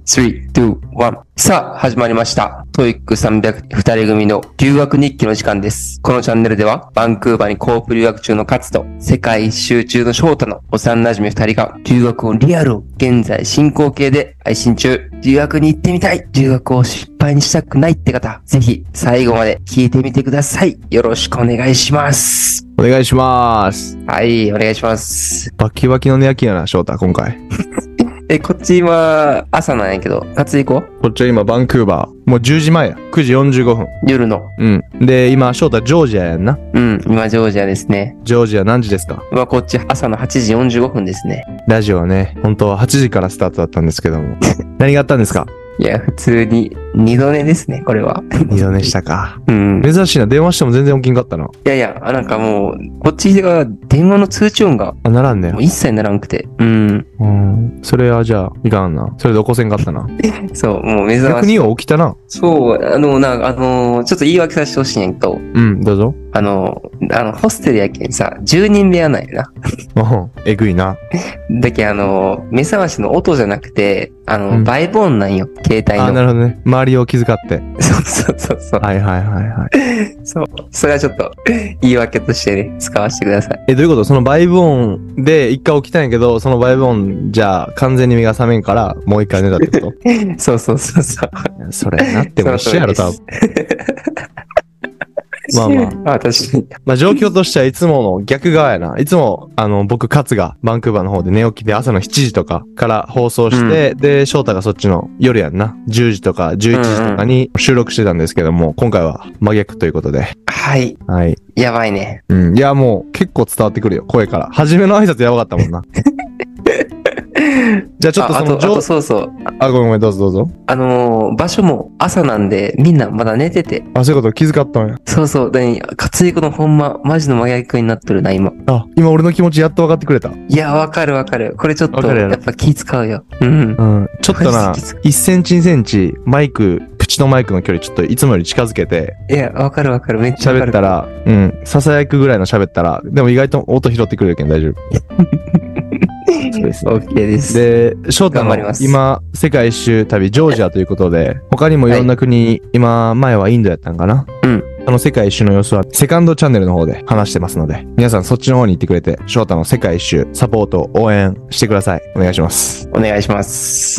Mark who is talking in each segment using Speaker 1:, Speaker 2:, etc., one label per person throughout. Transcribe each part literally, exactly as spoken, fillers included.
Speaker 1: スリー、ツー、ワン。さあ、始まりました。トイックさんびゃくふたり組の留学日記の時間です。このチャンネルでは、バンクーバーにコープ留学中のカツと、世界一周中の翔太の幼馴染ふたりが、留学をリアルを現在進行形で配信中。留学に行ってみたい、留学を失敗にしたくないって方、ぜひ最後まで聞いてみてください。よろしくお願いします。
Speaker 2: お願いします。
Speaker 1: はい、お願いします。
Speaker 2: バキバキの寝焼きやな、翔太、今回。
Speaker 1: え、こっち今、朝なんやけど、カツ行こう。
Speaker 2: こっちは今、バンクーバー。もうじゅうじまえや。くじよんじゅうごふん。
Speaker 1: 夜の。
Speaker 2: うん。で、今、翔太、ジョージアやんな。
Speaker 1: うん、今、ジョージアですね。
Speaker 2: ジョージア何時ですか？
Speaker 1: 今、こっち朝のはちじよんじゅうごふんですね。
Speaker 2: ラジオはね、本当ははちじからスタートだったんですけども。何があったんですか？
Speaker 1: いや、普通に、二度寝ですね、これは。
Speaker 2: 二度寝したか。
Speaker 1: うん。
Speaker 2: 珍しいな。電話しても全然起きんかったな。
Speaker 1: いやいや、なんかもう、こっちが電話の通知音が、
Speaker 2: あ、ならんね。
Speaker 1: もう一切ならんくて。うん。
Speaker 2: うん。それはじゃあ、いかんな。それで起こせんかったな。
Speaker 1: そう、もう目覚まし。
Speaker 2: 逆には起きたな。
Speaker 1: そう、あの、なんか、あのー、ちょっと言い訳させてほしいんやけど。
Speaker 2: うん、どうぞ。
Speaker 1: あの、あの、ホステルやけんさ、じゅうにん部屋なんやな。
Speaker 2: うん、えぐいな。
Speaker 1: だけあの、目覚ましの音じゃなくて、あの、うん、バイブ音なんよ、携帯の。
Speaker 2: あ、なるほどね。周りを気遣って。
Speaker 1: そうそうそうそう。
Speaker 2: はいはいはいはい。
Speaker 1: そう。それはちょっと、言い訳としてね、使わせてください。
Speaker 2: え、どういうこと？そのバイブ音で一回起きたんやけど、そのバイブ音じゃあ完全に目が覚めんから、もう一回寝たってこと？
Speaker 1: そうそうそうそう。
Speaker 2: それなっても一緒やろ、多分。まあまあ。
Speaker 1: あ、確かに。
Speaker 2: まあ状況としてはいつもの逆側やな。いつも、あの、僕、カツがバンクーバーの方で寝起きで朝のしちじとかから放送して、うん、で、翔太がそっちの夜やんな。じゅうじとかじゅういちじとかに収録してたんですけども、うんうん、今回は真逆ということで。
Speaker 1: はい。
Speaker 2: はい。
Speaker 1: やばいね。
Speaker 2: うん。いや、もう結構伝わってくるよ、声から。初めの挨拶やばかったもんな。じゃあちょっとその
Speaker 1: あ、あと、あとそうそう。
Speaker 2: あ、ごめんごめん、どうぞどうぞ。
Speaker 1: あのー、場所も朝なんで、みんなまだ寝てて。
Speaker 2: あ、そういうこと気遣ったんや。
Speaker 1: そうそう。で、勝彦のほんま、マジの真逆になってるな、今。
Speaker 2: あ、今俺の気持ちやっと分かってくれた。
Speaker 1: いや、わかるわかる。これちょっと、やっぱ気使うよ。うん。
Speaker 2: うん。ちょっとな、いっセンチにセンチ、マイク、口のマイクの距離ちょっといつもより近づけて。
Speaker 1: いや、わかるわかる。めっちゃわかる。
Speaker 2: 喋ったら、うん。囁くぐらいの喋ったら、でも意外と音拾ってくれるけん大丈夫。そうです、ね。
Speaker 1: OK です。
Speaker 2: で、翔太の今、世界一周旅、ジョージアということで、他にもいろんな国、はい、今、前はインドやったんかな。うん。その世界一周の様子は、セカンドチャンネルの方で話してますので、皆さんそっちの方に行ってくれて、翔太の世界一周、サポート、応援してください。お願いします。
Speaker 1: お願いします。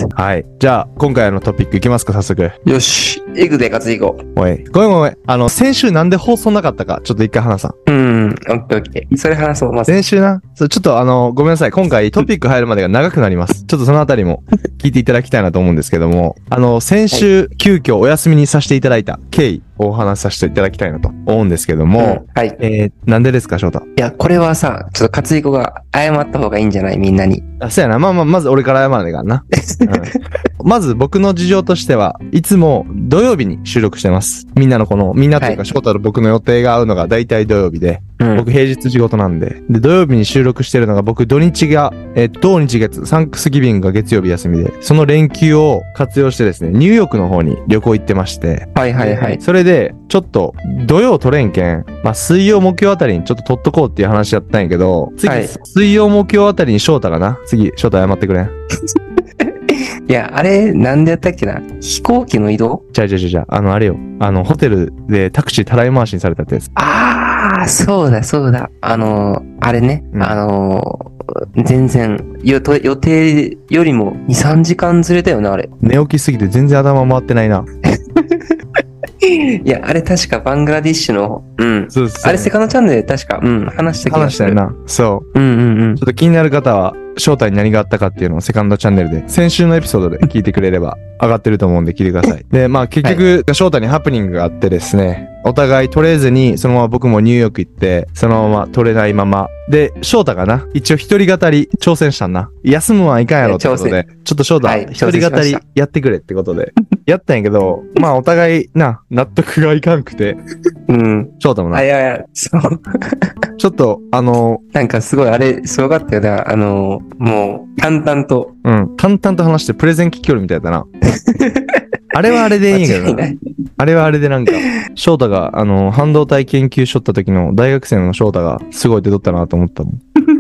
Speaker 2: はい。じゃあ、今回のトピックいきますか、早速。
Speaker 1: よし。エグで勝ついこ
Speaker 2: う。おい。ごめんごめん。あの、先週なんで放送なかったか、ちょっと一回話さん。
Speaker 1: うん。オッケーオッケー。それ話そう。まず。
Speaker 2: 先週な。そう、ちょっとあの、ごめんなさい。今回トピック入るまでが長くなります。ちょっとそのあたりも聞いていただきたいなと思うんですけども、あの、先週、はい、急遽お休みにさせていただいた経緯をお話しさせていただきたいなと思うんですけども、うん、はい。えー、なんでですか、翔太？
Speaker 1: いや、これはさ、ちょっと勝彦が謝った方がいいんじゃない？みんなに。
Speaker 2: あ、そうやな。まあまあ、まず俺から謝らねえからな。うん、まず僕の事情としては、いつも土曜日に収録してます。みんなのこの、みんなというか、翔太と僕の予定が合うのが大体土曜日で、うん、僕平日仕事なんで。で、土曜日に収録してるのが僕土日が、えー、土日月、サンクスギビングが月曜日休みで、その連休を活用してですね、ニューヨークの方に旅行行ってまして。
Speaker 1: はいはいはい。
Speaker 2: それで、ちょっと、土曜取れんけん、まあ、水曜木曜あたりにちょっと取っとこうっていう話やったんやけど、次、はい、水曜木曜あたりに翔太がな、次、翔太謝ってくれん。
Speaker 1: いや、あれ、なんでやったっけな？飛行機の移動？
Speaker 2: じゃあじゃあじゃあ、あの、あれよ。あの、ホテルでタクシーたらい回しにされたってやつ。
Speaker 1: あー、そうだそうだ。あの、あれね、うん、あの、全然予定、予定よりもに、さんじかんずれたよな、あれ。
Speaker 2: 寝起きすぎて全然頭回ってないな。
Speaker 1: いや、あれ確かバングラディッシュの、うん。そうそう。あれセカンドチャンネルで確か、うん、話した気がする。
Speaker 2: 話したよな。そう。
Speaker 1: うんうんうん。
Speaker 2: ちょっと気になる方は、正体に何があったかっていうのをセカンドチャンネルで、先週のエピソードで聞いてくれれば上がってると思うんで聞いてください。で、まあ結局、はい、正体にハプニングがあってですね、お互い取れずに、そのまま僕もニューヨーク行って、そのまま取れないまま。で、翔太がな、一応一人語り挑戦したんな。休むはいかんやろってことで、ちょっと翔太、一人語りやってくれってことで、やったんやけど、まあお互いな、納得がいかんくて。
Speaker 1: うん。
Speaker 2: 翔太もな。
Speaker 1: あ、いやいや、そう。
Speaker 2: ちょっと、あの、
Speaker 1: なんかすごい、あれ、すごかったよな。あの、もう、淡々と。
Speaker 2: うん。淡々と話してプレゼン聞きよるみたいだな。あれはあれでいいんやけどな。あれはあれでなんか、翔太が、あの、半導体研究所った時の大学生の翔太がすごい出とったなと思ったもん。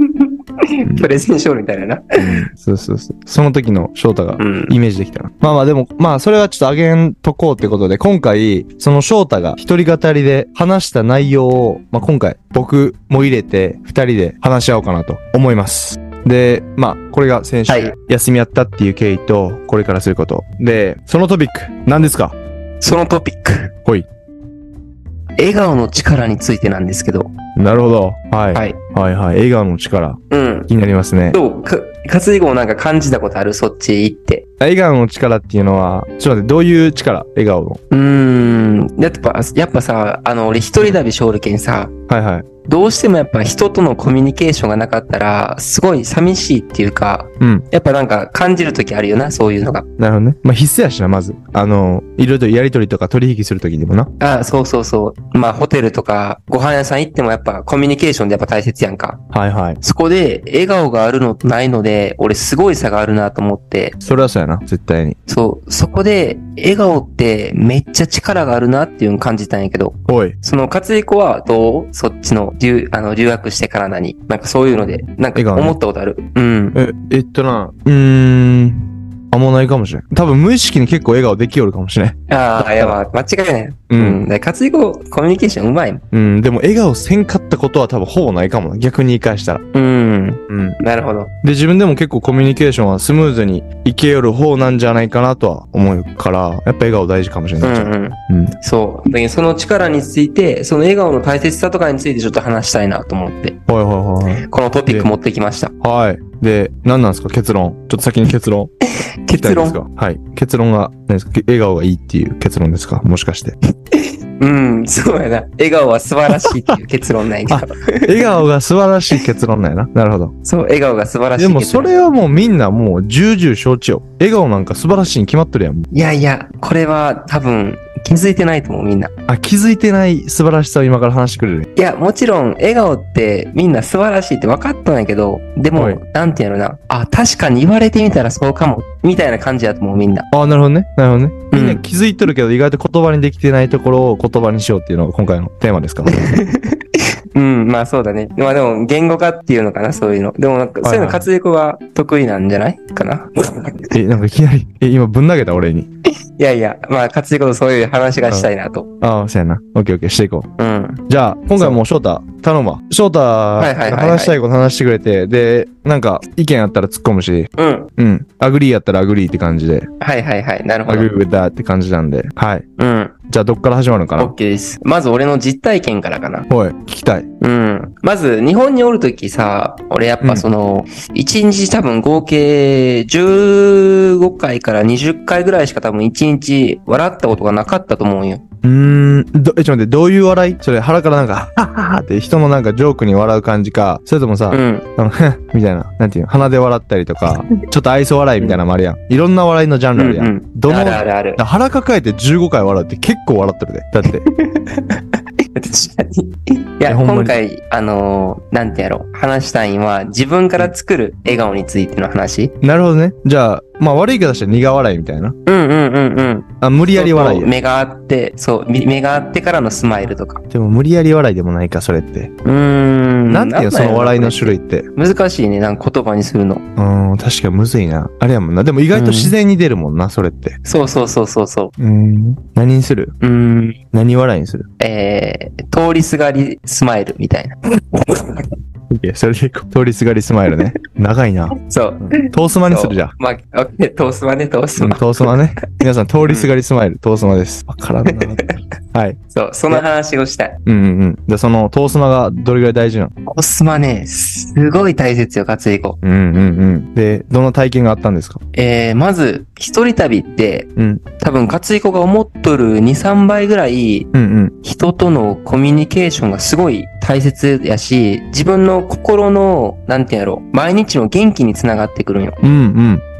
Speaker 1: プレゼンショーみたいなな。
Speaker 2: そうそうそう。その時の翔太が
Speaker 1: うん。
Speaker 2: イメージできたな。まあまあでも、まあそれはちょっとあげんとこうってことで、今回、その翔太が一人語りで話した内容を、まあ今回僕も入れて二人で話し合おうかなと思います。で、まあこれが先週
Speaker 1: はい
Speaker 2: 休みやったっていう経緯と、これからすること。で、そのトピック、何ですか？
Speaker 1: そのトピック。
Speaker 2: ほい。
Speaker 1: 笑顔の力についてなんですけど。
Speaker 2: なるほど。はい。
Speaker 1: はい。
Speaker 2: はいはい。笑顔の力。
Speaker 1: うん。
Speaker 2: 気になりますね。
Speaker 1: どうか、活動なんか感じたことあるそっち行って。
Speaker 2: 笑顔の力っていうのは、ちょっと待って、どういう力？笑顔の。
Speaker 1: うーん。やっぱ、やっぱさ、あの、俺一人旅勝利券さ、
Speaker 2: はいはい。
Speaker 1: どうしてもやっぱ人とのコミュニケーションがなかったら、すごい寂しいっていうか、
Speaker 2: うん。
Speaker 1: やっぱなんか感じるときあるよな、そういうのが。
Speaker 2: なるほどね。まあ必須やしな、まず。あの、いろいろとやりとりとか取引するときにもな。
Speaker 1: ああ、そうそうそう。まあホテルとかご飯屋さん行ってもやっぱコミュニケーションでやっぱ大切やんか。
Speaker 2: はいはい。
Speaker 1: そこで笑顔があるのとないので、俺すごい差があるなと思って、
Speaker 2: それはそうやな、絶対に。
Speaker 1: そう、そこで笑顔ってめっちゃ力があるなっていうのを感じたんやけど、
Speaker 2: おい。
Speaker 1: その活彦はどうそっちの留、あの、留学してから何なんかそういうので、なんか
Speaker 2: 笑顔ね
Speaker 1: 思ったことある、うん。
Speaker 2: え、えっとな、うーん。あんまないかもしれん。多分無意識に結構笑顔できよるかもしれん。
Speaker 1: ああ、いやまあ、間違いない。
Speaker 2: う
Speaker 1: うんん。で活彦、コミュニケーションうまいもん。
Speaker 2: うん、でも笑顔せんかったことは多分ほぼないかもな。逆に言い返したら。
Speaker 1: うん。
Speaker 2: うん。
Speaker 1: なるほど。
Speaker 2: で、自分でも結構コミュニケーションはスムーズにいけよる方なんじゃないかなとは思うから、やっぱ笑顔大事かもしれ
Speaker 1: う
Speaker 2: ない。
Speaker 1: んうん。
Speaker 2: うん。
Speaker 1: そう。だけどその力について、その笑顔の大切さとかについてちょっと話したいなと思って、
Speaker 2: はいはいはい。
Speaker 1: このトピック持ってきました。
Speaker 2: はい。で、何なんですか結論。ちょっと先に結論。
Speaker 1: 結論
Speaker 2: 聞きたいですか？はい。結論が、何ですか？笑顔がいいっていう結論ですか？もしかして。
Speaker 1: うん、そうやな。笑顔は素晴らしいっていう結論なんやけど。
Speaker 2: 笑顔が素晴らしい結論なんやな。なるほど。
Speaker 1: そう、笑顔が素晴らしい
Speaker 2: で
Speaker 1: 結論。
Speaker 2: もそれはもうみんなもう重々承知よ。笑顔なんか素晴らしいに決まってるやん。もう
Speaker 1: いやいや、これは多分気づいてないと思う、みんな。
Speaker 2: あ、気づいてない素晴らしさを今から話してくれるね。
Speaker 1: いや、もちろん、笑顔ってみんな素晴らしいって分かったんやけど、でも、
Speaker 2: はい
Speaker 1: なんていうのな。あ、確かに言われてみたらそうかも。みたいな感じやと思う、みんな。
Speaker 2: ああ、なるほどね。なるほどね。
Speaker 1: うん
Speaker 2: みんな気づいてるけど意外と言葉にできてないところを言葉にしようっていうのが今回のテーマですから。
Speaker 1: うん、まあそうだね。まあでも、言語化っていうのかな、そういうの。でもなんか、そういうの活躍は得意なんじゃないかな。
Speaker 2: え、なんかいきなり、え、今ぶん投げた俺に。
Speaker 1: いやいや、まあ活躍とそういう話がしたいなと。
Speaker 2: ああ、そうやな。オッケーオッケーしていこう。
Speaker 1: うん。
Speaker 2: じゃあ、今回もう翔太、頼むわ。翔太、
Speaker 1: いはいはいはい
Speaker 2: 話したいこと話してくれて、で、なんか、意見あったら突っ込むし、
Speaker 1: うん。
Speaker 2: うん。アグリーやったらアグリーって感じで、
Speaker 1: はいはいはい。なるほど。
Speaker 2: アグリー with that って感じなんで、はい。
Speaker 1: うん。
Speaker 2: じゃあ、どっから始まるのかな？
Speaker 1: OK です。まず俺の実体験からかな。
Speaker 2: おい、聞きたい。
Speaker 1: うん。まず、日本におるときさ、俺やっぱその、いちにち多分合計じゅうごかいからにじゅっかいぐらいしか多分いちにち笑ったことがなかったと思うんよ。
Speaker 2: うーん、ど、え、ちょっと待って、どういう笑い？それ腹からなんか、はっはっはって人のなんかジョークに笑う感じか、それともさ、
Speaker 1: うん。
Speaker 2: あの、みたいな、なんていうの、鼻で笑ったりとか、ちょっと愛想笑いみたいなのもあるやん。いろんな笑いのジャンルあるやん。
Speaker 1: うんうん
Speaker 2: どの、
Speaker 1: あるあるある。
Speaker 2: 腹抱えてじゅうごかい笑うって結構笑ってるで。だって。
Speaker 1: 確かに。いや、
Speaker 2: ほんまに
Speaker 1: 今回、あのーなんてやろう。話したいんは、自分から作る笑顔についての話。
Speaker 2: なるほどね。じゃあ、まあ悪い言い方したら苦笑いみたいな。
Speaker 1: うんうんうんうん。
Speaker 2: あ、無理やり笑いや。
Speaker 1: そうそう目があって、そう、み目があってからのスマイルとか。
Speaker 2: でも無理やり笑いでもないか、それって。
Speaker 1: うーん。
Speaker 2: なんていうの、その笑いの種類って。
Speaker 1: 難しいね、なんか言葉にするの。
Speaker 2: うーん、確かにむずいな。あれやもんな。でも意外と自然に出るもんな、それって。
Speaker 1: そうそうそうそうそう
Speaker 2: ーん。何にする
Speaker 1: う。うーん。
Speaker 2: 何笑いにする
Speaker 1: えー、通りすがりスマイルみたいな。
Speaker 2: いや、それでいこう。通りすがりスマイルね。長いな。
Speaker 1: そう。
Speaker 2: トースマにするじゃん。
Speaker 1: まあ、オッケー、トースマね、トース
Speaker 2: うん
Speaker 1: マ。
Speaker 2: トースマね。皆さん、通りすがりスマイル、トースマです。わからんな。はい。
Speaker 1: そう、その話をしたい。
Speaker 2: うんうんうん。で、そのトースマがどれぐらい大事なの？
Speaker 1: トースマね、すごい大切よ、勝彦。
Speaker 2: うんうんうん。で、どんな体験があったんですか？
Speaker 1: えー、まず、一人旅って、
Speaker 2: うん。
Speaker 1: 多分、勝彦が思っとるに、さんばいぐらい、
Speaker 2: うんうん。
Speaker 1: 人とのコミュニケーションがすごい大切やし、自分の心の、なんていうんやろ、毎日の元気につながってくるんよ。
Speaker 2: うんうん。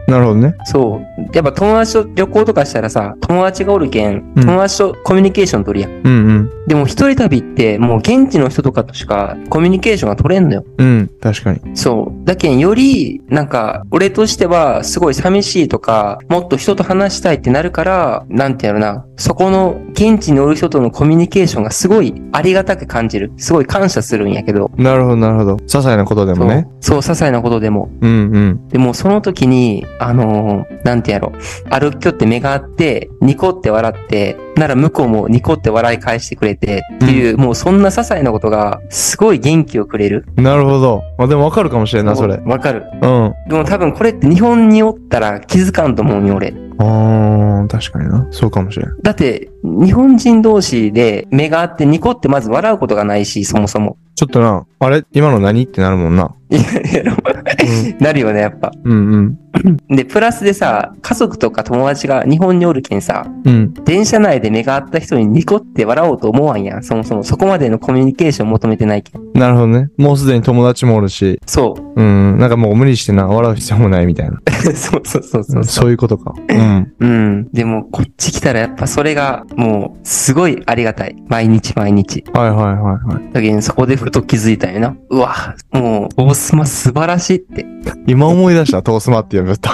Speaker 2: なるほどね。
Speaker 1: そう。やっぱ友達と旅行とかしたらさ、友達がおるけん、
Speaker 2: うん
Speaker 1: 友達とコミュニケーション取るやん。
Speaker 2: うんうん。
Speaker 1: でも一人旅ってもう現地の人とかとしかコミュニケーションが取れんのよ。
Speaker 2: うん。確かに。
Speaker 1: そう。だけんより、なんか、俺としてはすごい寂しいとか、もっと人と話したいってなるから、なんていうのな、そこの現地におる人とのコミュニケーションがすごいありがたく感じる。すごい感謝するんやけど。
Speaker 2: なるほど、なるほど。些細なことでもね。
Speaker 1: そう、そう、些細なことでも。
Speaker 2: うんうん。
Speaker 1: でもその時に、あのーなんてやろ、歩きよって目があって、ニコって笑って、なら向こうもニコって笑い返してくれてっていう、もうそんな些細なことが、すごい元気をくれる。
Speaker 2: なるほど。まあでもわかるかもしれんな、それ。
Speaker 1: わかる。
Speaker 2: うん。
Speaker 1: でも多分これって日本におったら気づかんと思うんよ、俺。
Speaker 2: あー、確かにな。そうかもしれん。
Speaker 1: だって、日本人同士で目があってニコってまず笑うことがないし、そもそも。
Speaker 2: ちょっとな、あれ今の何ってなるもんな。
Speaker 1: いやいやなるよね、やっぱ。
Speaker 2: うんうん。
Speaker 1: で、プラスでさ、家族とか友達が日本におるけんさ、
Speaker 2: うん。
Speaker 1: 電車内で目が合った人にニコって笑おうと思わんやん。そもそもそこまでのコミュニケーション求めてないけん。
Speaker 2: なるほどね。もうすでに友達もおるし、
Speaker 1: そ
Speaker 2: うん。なんかもう無理してな、笑う必要もないみたいな。
Speaker 1: う。そうそうそうそう。
Speaker 2: そういうことか。うん。
Speaker 1: うん。でも、こっち来たらやっぱそれがもう、すごいありがたい。毎日毎日。
Speaker 2: はいはいはいはい。
Speaker 1: だけど、そこでふと気づいたんよな。うわ、もう、大スマ素晴らしいって。
Speaker 2: 今思い出した、トースマって呼ぶと。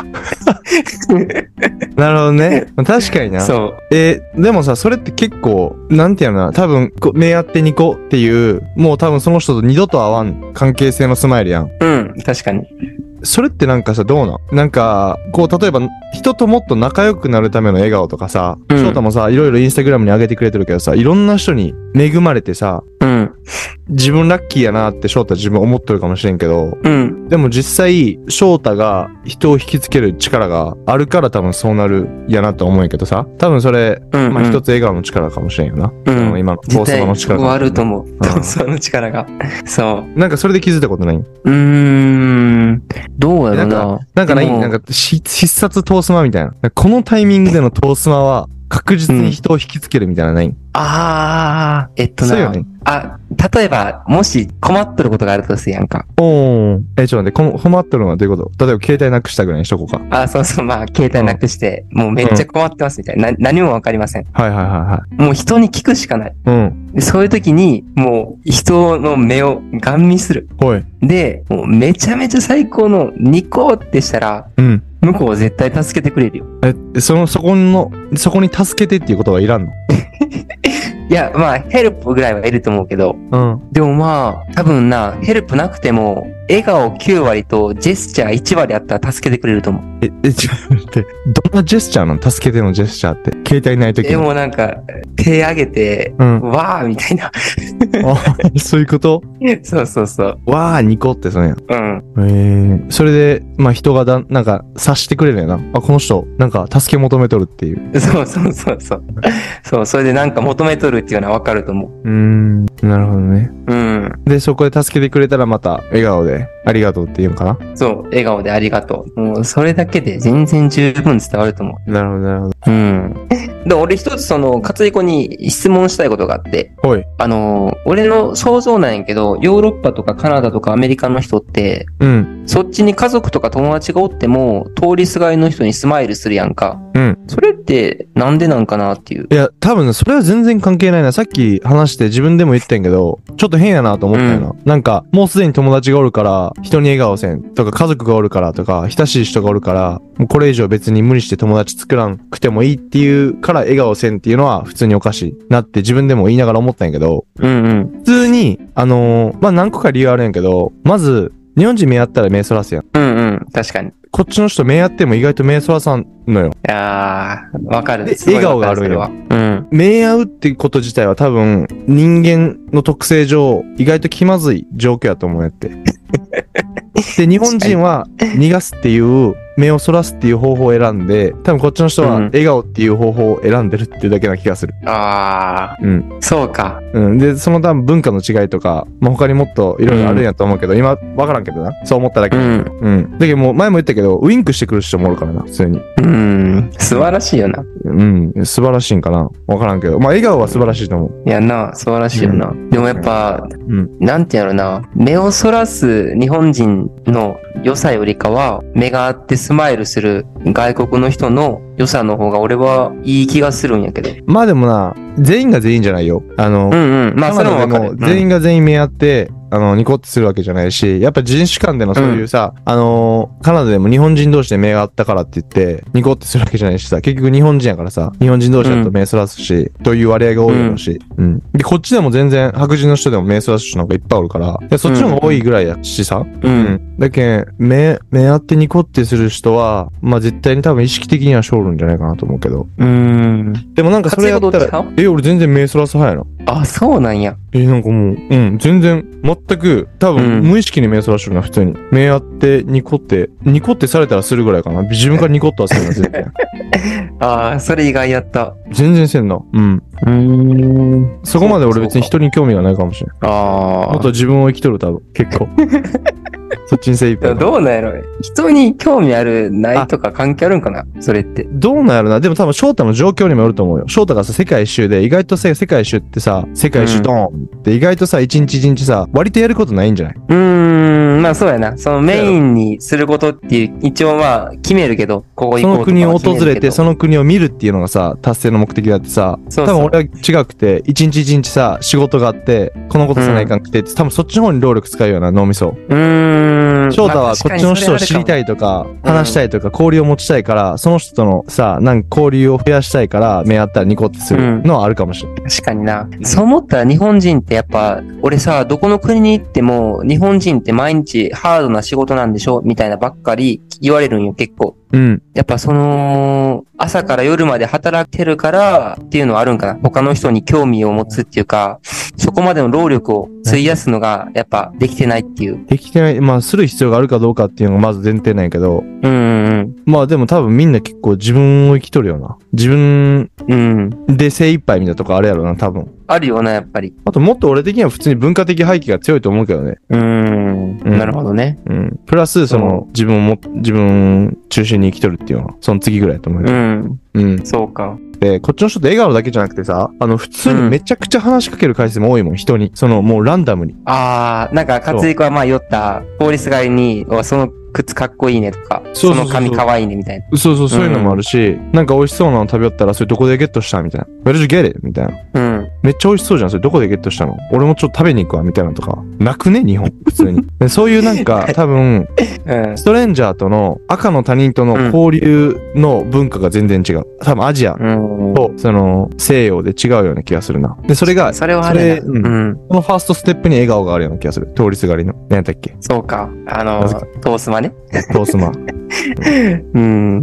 Speaker 2: なるほどね。確かにな。
Speaker 1: そう。
Speaker 2: えーでもさ、それって結構、なんていうのかな、多分、こう目合ってニコっていう、もう多分その人と二度と会わん関係性のスマイルやん。
Speaker 1: うん、確かに。
Speaker 2: それってなんかさ、どうなんなんか、こう、例えば、人ともっと仲良くなるための笑顔とかさ、
Speaker 1: うん
Speaker 2: 翔太もさ、いろいろインスタグラムに上げてくれてるけどさ、いろんな人に恵まれてさ、
Speaker 1: うん、
Speaker 2: 自分ラッキーやなって翔太自分思ってるかもしれんけど、
Speaker 1: うん、
Speaker 2: でも実際、翔太が人を引きつける力があるから多分そうなるやなと思うんやけどさ、多分それ、
Speaker 1: うん。
Speaker 2: まあ一つ笑顔の力かもしれんよな。
Speaker 1: うん
Speaker 2: あの今のトー
Speaker 1: 絶対
Speaker 2: スマの力かもしれん
Speaker 1: あると思う。トースマの力が。そう。
Speaker 2: なんかそれで気づいたことない？
Speaker 1: うーん。どうやろうな。
Speaker 2: なんかない
Speaker 1: でも
Speaker 2: なんかし必殺トースマみたいな。このタイミングでのトースマは確実に人を引きつけるみたいなのない？
Speaker 1: あー、えっとな。
Speaker 2: そうよね。
Speaker 1: あ、例えば、もし困っとることがあるとするやんか。
Speaker 2: おー。え、ちょっと待って、この困ってるのはどういうこと？例えば携帯なくしたぐらいにしとこうか。
Speaker 1: あ、そうそう、まあ、携帯なくして、もうめっちゃ困ってますみたいな。な何もわかりません。
Speaker 2: はいはいはいはい。
Speaker 1: もう人に聞くしかない。
Speaker 2: うん。
Speaker 1: でそういう時に、もう人の目をガン見する。
Speaker 2: ほい。
Speaker 1: で、もうめちゃめちゃ最高のニコってしたら、
Speaker 2: うん。
Speaker 1: 向こうは絶対助けてくれるよ。
Speaker 2: え、その、そこの、そこに助けてっていうことはいらんの？
Speaker 1: いや、まあ、ヘルプぐらいはいると思うけど、
Speaker 2: うん。
Speaker 1: でもまあ、多分な、ヘルプなくても、笑顔きゅう割とジェスチャーいち割あったら助けてくれると思う。
Speaker 2: え、え、ちょっと待って、どんなジェスチャーなの？助けてのジェスチャーって。携帯ないとき
Speaker 1: でもなんか、手上げて、
Speaker 2: うん。
Speaker 1: わーみたいな。
Speaker 2: あ、そういうこと？
Speaker 1: そうそうそう。
Speaker 2: わー、ニコってそうやん。
Speaker 1: うん。
Speaker 2: ええそれで、まあ人がだ、なんか、察してくれるよな。あ、この人、なんか、助け求めとるっていう。
Speaker 1: そうそうそうそう。そう、それでなんか求めとるっていうのはわかると思
Speaker 2: うーん、なるほどね。
Speaker 1: う。うん。
Speaker 2: で、そこで助けてくれたらまた、笑顔で、ありがとうって言うのかな？
Speaker 1: そう、笑顔でありがとう。もう、それだけで全然十分伝わると思
Speaker 2: なるほど、なるほど。
Speaker 1: う。うん。で、俺一つその、勝彦に質問したいことがあって、
Speaker 2: ほい。
Speaker 1: あのー、俺の想像なんやけど、ヨーロッパとかカナダとかアメリカの人って、
Speaker 2: うん、
Speaker 1: そっちに家族とか友達がおっても、通りすがりの人にスマイルするやんか。
Speaker 2: うん。
Speaker 1: それってなんでなんかなっていう。
Speaker 2: いや、多分ね、それは全然関係ないな。さっき話して自分でも言ってんけど、ちょっと変やなと思ったよな。なんか、もうすでに友達がおるから、人に笑顔せんとか、家族がおるからとか、親しい人がおるから、もうこれ以上別に無理して友達作らんくてもいいっていうから笑顔せんっていうのは普通におかしいなって自分でも言いながら思ったんやけど、
Speaker 1: うんうん。
Speaker 2: 普通に、あのーまあ、何個か理由あるんやけど、まず、日本人目合ったら目そらすやん。
Speaker 1: うんうん。確かに。い
Speaker 2: こっちの人目合っても意外と目そらさんのよ。
Speaker 1: やー、わかる。
Speaker 2: です
Speaker 1: ごいわかる
Speaker 2: 笑顔があるんよ
Speaker 1: それはうん。
Speaker 2: 目合うってこと自体は多分、人間の特性上、意外と気まずい状況やと思うんやって。で、日本人は逃がすっていう、目をそらすっていう方法を選んで、多分こっちの人は
Speaker 1: うん
Speaker 2: 笑顔っていう方法を選んでるっていうだけな気がする。
Speaker 1: あ
Speaker 2: うん。
Speaker 1: ー、そうか。
Speaker 2: うん。で、その多分文化の違いとか、まあ、他にもっといろいろあるんやと思うけど、今わからんけどな。そう思っただけ。
Speaker 1: う
Speaker 2: うん。
Speaker 1: ん。
Speaker 2: だけどもう前も言ったけど、ウインクしてくる人もおるからな、普通に。
Speaker 1: うん。素晴らしいよな。
Speaker 2: うん。素晴らしいんかな。わからんけど。まあ、笑顔は素晴らしいと思う。
Speaker 1: いやな、素晴らしいよな。でもやっぱ、
Speaker 2: うん。
Speaker 1: なんてやろな、目をそらす日本人の良さよりかは、目があってスマイルする外国の人の良さの方が俺はいい気がするんやけど。
Speaker 2: まあでもな、全員が全員じゃないよ。あの、
Speaker 1: うんうん。まあそれもわかる。
Speaker 2: 全員が全員目合って、あの、ニコってするわけじゃないし、やっぱ人種間でのそういうさ、うん、あのー、カナダでも日本人同士で目が合ったからって言って、ニコってするわけじゃないしさ、結局日本人やからさ、日本人同士だと目そらすし、うん、という割合が多いだろうし、うん、うん。で、こっちでも全然白人の人でも目そらす人なんかいっぱいおるから、でそっちの方が多いぐらいやしさ、うん。うん、だけん、目、目合ってニコってする人は、まあ絶対に多分意識的には勝るんじゃないかなと思うけど。
Speaker 1: うーん。
Speaker 2: でもなんかそれやったら、え、俺全然目そらす派やな。
Speaker 1: あ、そうなんや。
Speaker 2: え、なんかもう、うん、全然、全く、多分、うん、無意識に目そらしてるな、普通に。目合って、ニコって、ニコってされたらするぐらいかな。自分からニコってはするな、全然。
Speaker 1: ああ、それ意外やった。
Speaker 2: 全然せんな。うん。うーん。そこまで俺別に人に興味がないかもしれない。ああ。もっと自分を生きとる、多分。結構。そっちに精一杯。
Speaker 1: どうなんやろ人に興味ある、ないとか関係あるんかなそれって。
Speaker 2: どうなんやろなでも多分翔太の状況にもよると思うよ。翔太がさ、世界一周で、意外と世界一周ってさ、世界一周ドーンって意外とさ、一日一日さ、割とやることないんじゃないう
Speaker 1: ーん、まあそうやな。そのメインにすることっていう、一応まあ決めるけど、ここ行こうとか
Speaker 2: その国を訪れて、その国を見るっていうのがさ、達成の目的だってさ、そうそう多分俺は違くて、一日一日さ、仕事があって、このことさないかんくて、うん、多分そっちの方に労力使うような脳みそ。うーん。翔太はこっちの人を知りたいとか、話したいとか、交流を持ちたいから、その人とのさ、なんか交流を増やしたいから、目合ったらニコってするのはあるかもしれない。
Speaker 1: 確かにな。そう思ったら日本人ってやっぱ、俺さ、どこの国に行っても、日本人って毎日ハードな仕事なんでしょみたいなばっかり言われるんよ、結構。うん。やっぱその、朝から夜まで働けるからっていうのはあるんかな。他の人に興味を持つっていうか、そこまでの労力を費やすのがやっぱできてないっていう。
Speaker 2: できてない。まあ、する必要があるかどうかっていうのがまず前提ないけど。うんうんうん。まあでも多分みんな結構自分を生きとるよな。自分で精一杯みたいなとこあるやろな、多分。
Speaker 1: あるよな、やっぱり。
Speaker 2: あともっと俺的には普通に文化的背景が強いと思うけどね。うー
Speaker 1: ん。うん、なるほどね。
Speaker 2: うん。プラス、その、自分をも、自分中心に生きとるっていうのは、その次ぐらいだと思うよ。うん。
Speaker 1: うん。そうか。
Speaker 2: で、こっちの人って笑顔だけじゃなくてさ、あの、普通にめちゃくちゃ話しかける回数も多いもん、人に。その、もうランダムに。
Speaker 1: あー、なんか、勝彦はまあ酔った、通りすがりに、その、靴かっこいいねとか、その髪かわいいねみたいな。
Speaker 2: そうそう、そういうのもあるし、うん、なんか美味しそうなの食べよったら、それどこでゲットしたみたいな。Where did you get it? みたいな。うん。めっちゃ美味しそうじゃん。それどこでゲットしたの俺もちょっと食べに行くわ、みたいなとか。なくね日本。普通に。そういうなんか、多分、うん、ストレンジャーとの、赤の他人との交流の文化が全然違う。多分アジアと、その、西洋で違うような気がするな。で、それが、
Speaker 1: それはあれ、
Speaker 2: うん。うん。そのファーストステップに笑顔があるような気がする。通りすがりの。何やったっけ
Speaker 1: そうか。あの、トースマね。
Speaker 2: トースマ。
Speaker 1: うん、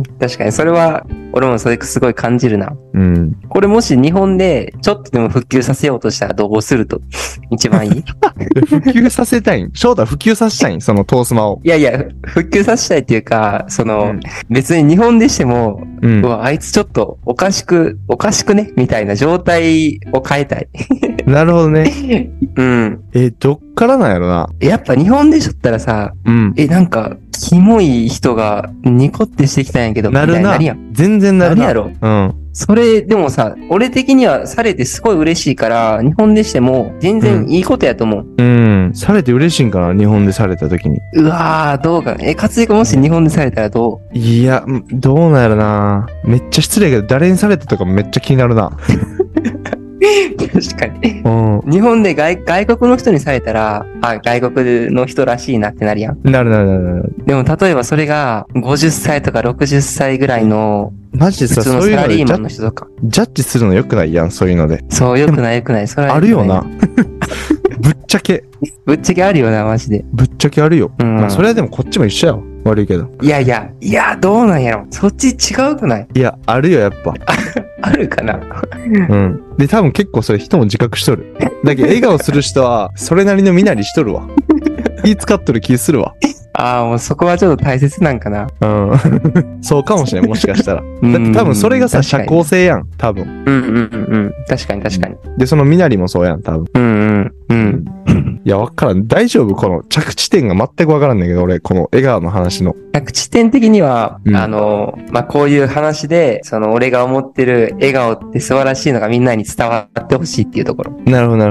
Speaker 1: 確かにそれは俺もそれすごい感じるな。うん。これもし日本でちょっとでも普及させようとしたらどうすると一番いい
Speaker 2: 普及させたいん翔太普及させたいんそのトースマを。
Speaker 1: いやいや、普及させたいっていうか、その、うん、別に日本でしても、うん、うわ、あいつちょっとおかしく、おかしくねみたいな状態を変えたい。
Speaker 2: なるほどね。うん。え、どっからなんやろな。
Speaker 1: やっぱ日本でしょったらさ、うん、え、なんか、キモい人がニコってしてきたんやけど、
Speaker 2: なるな。なるやん。全然なるな。
Speaker 1: 何やろ。うん。それ、でもさ、俺的にはされてすごい嬉しいから、日本でしても全然いいことやと思う。
Speaker 2: うん。うん、されて嬉しいんかな日本でされた時に。
Speaker 1: うわー、どうか。え、勝彦もし日本でされたらど
Speaker 2: ういや、どうなんやろな。めっちゃ失礼やけど、誰にされたとかめっちゃ気になるな。
Speaker 1: 確かに、うん。日本で 外, 外国の人にされたら、あ、外国の人らしいなってなるやん。
Speaker 2: なるなるなるなる。
Speaker 1: でも例えばそれがごじゅっさいとかろくじゅっさいぐらいの、
Speaker 2: マジでさ、
Speaker 1: 普通のサラリーマンの人とか。
Speaker 2: ジャッジするの良くないやん、そういうので。
Speaker 1: そう、良くない良くない。それは
Speaker 2: あるよな。ぶっちゃけ。
Speaker 1: ぶっちゃけあるよな、マジで。
Speaker 2: ぶっちゃけあるよ。うん。まあ、それはでもこっちも一緒やわ。悪いけど。
Speaker 1: いやいや、いや、どうなんやろ。そっち違うくない？
Speaker 2: いや、あるよ、やっぱ。
Speaker 1: あるかな。
Speaker 2: うん。で、多分結構それ人も自覚しとる。だけど笑顔する人は、それなりの身なりしとるわ。気使っとる気するわ。
Speaker 1: ああ、もうそこはちょっと大切なんかな。
Speaker 2: うん。そうかもしれん、もしかしたら。だって多分それがさ、社交性やん、多分。
Speaker 1: うんうんうんうん。確かに確かに。
Speaker 2: で、その身なりもそうやん、多分。うんうんうん。いや、わからん。大丈夫この着地点が全くわからんねんけど、俺、この笑顔の話の。
Speaker 1: 着地点的には、うん、あの、まあ、こういう話で、その、俺が思ってる笑顔って素晴らしいのがみんなに伝わってほしいっていうところ。
Speaker 2: なるほど、なるほど。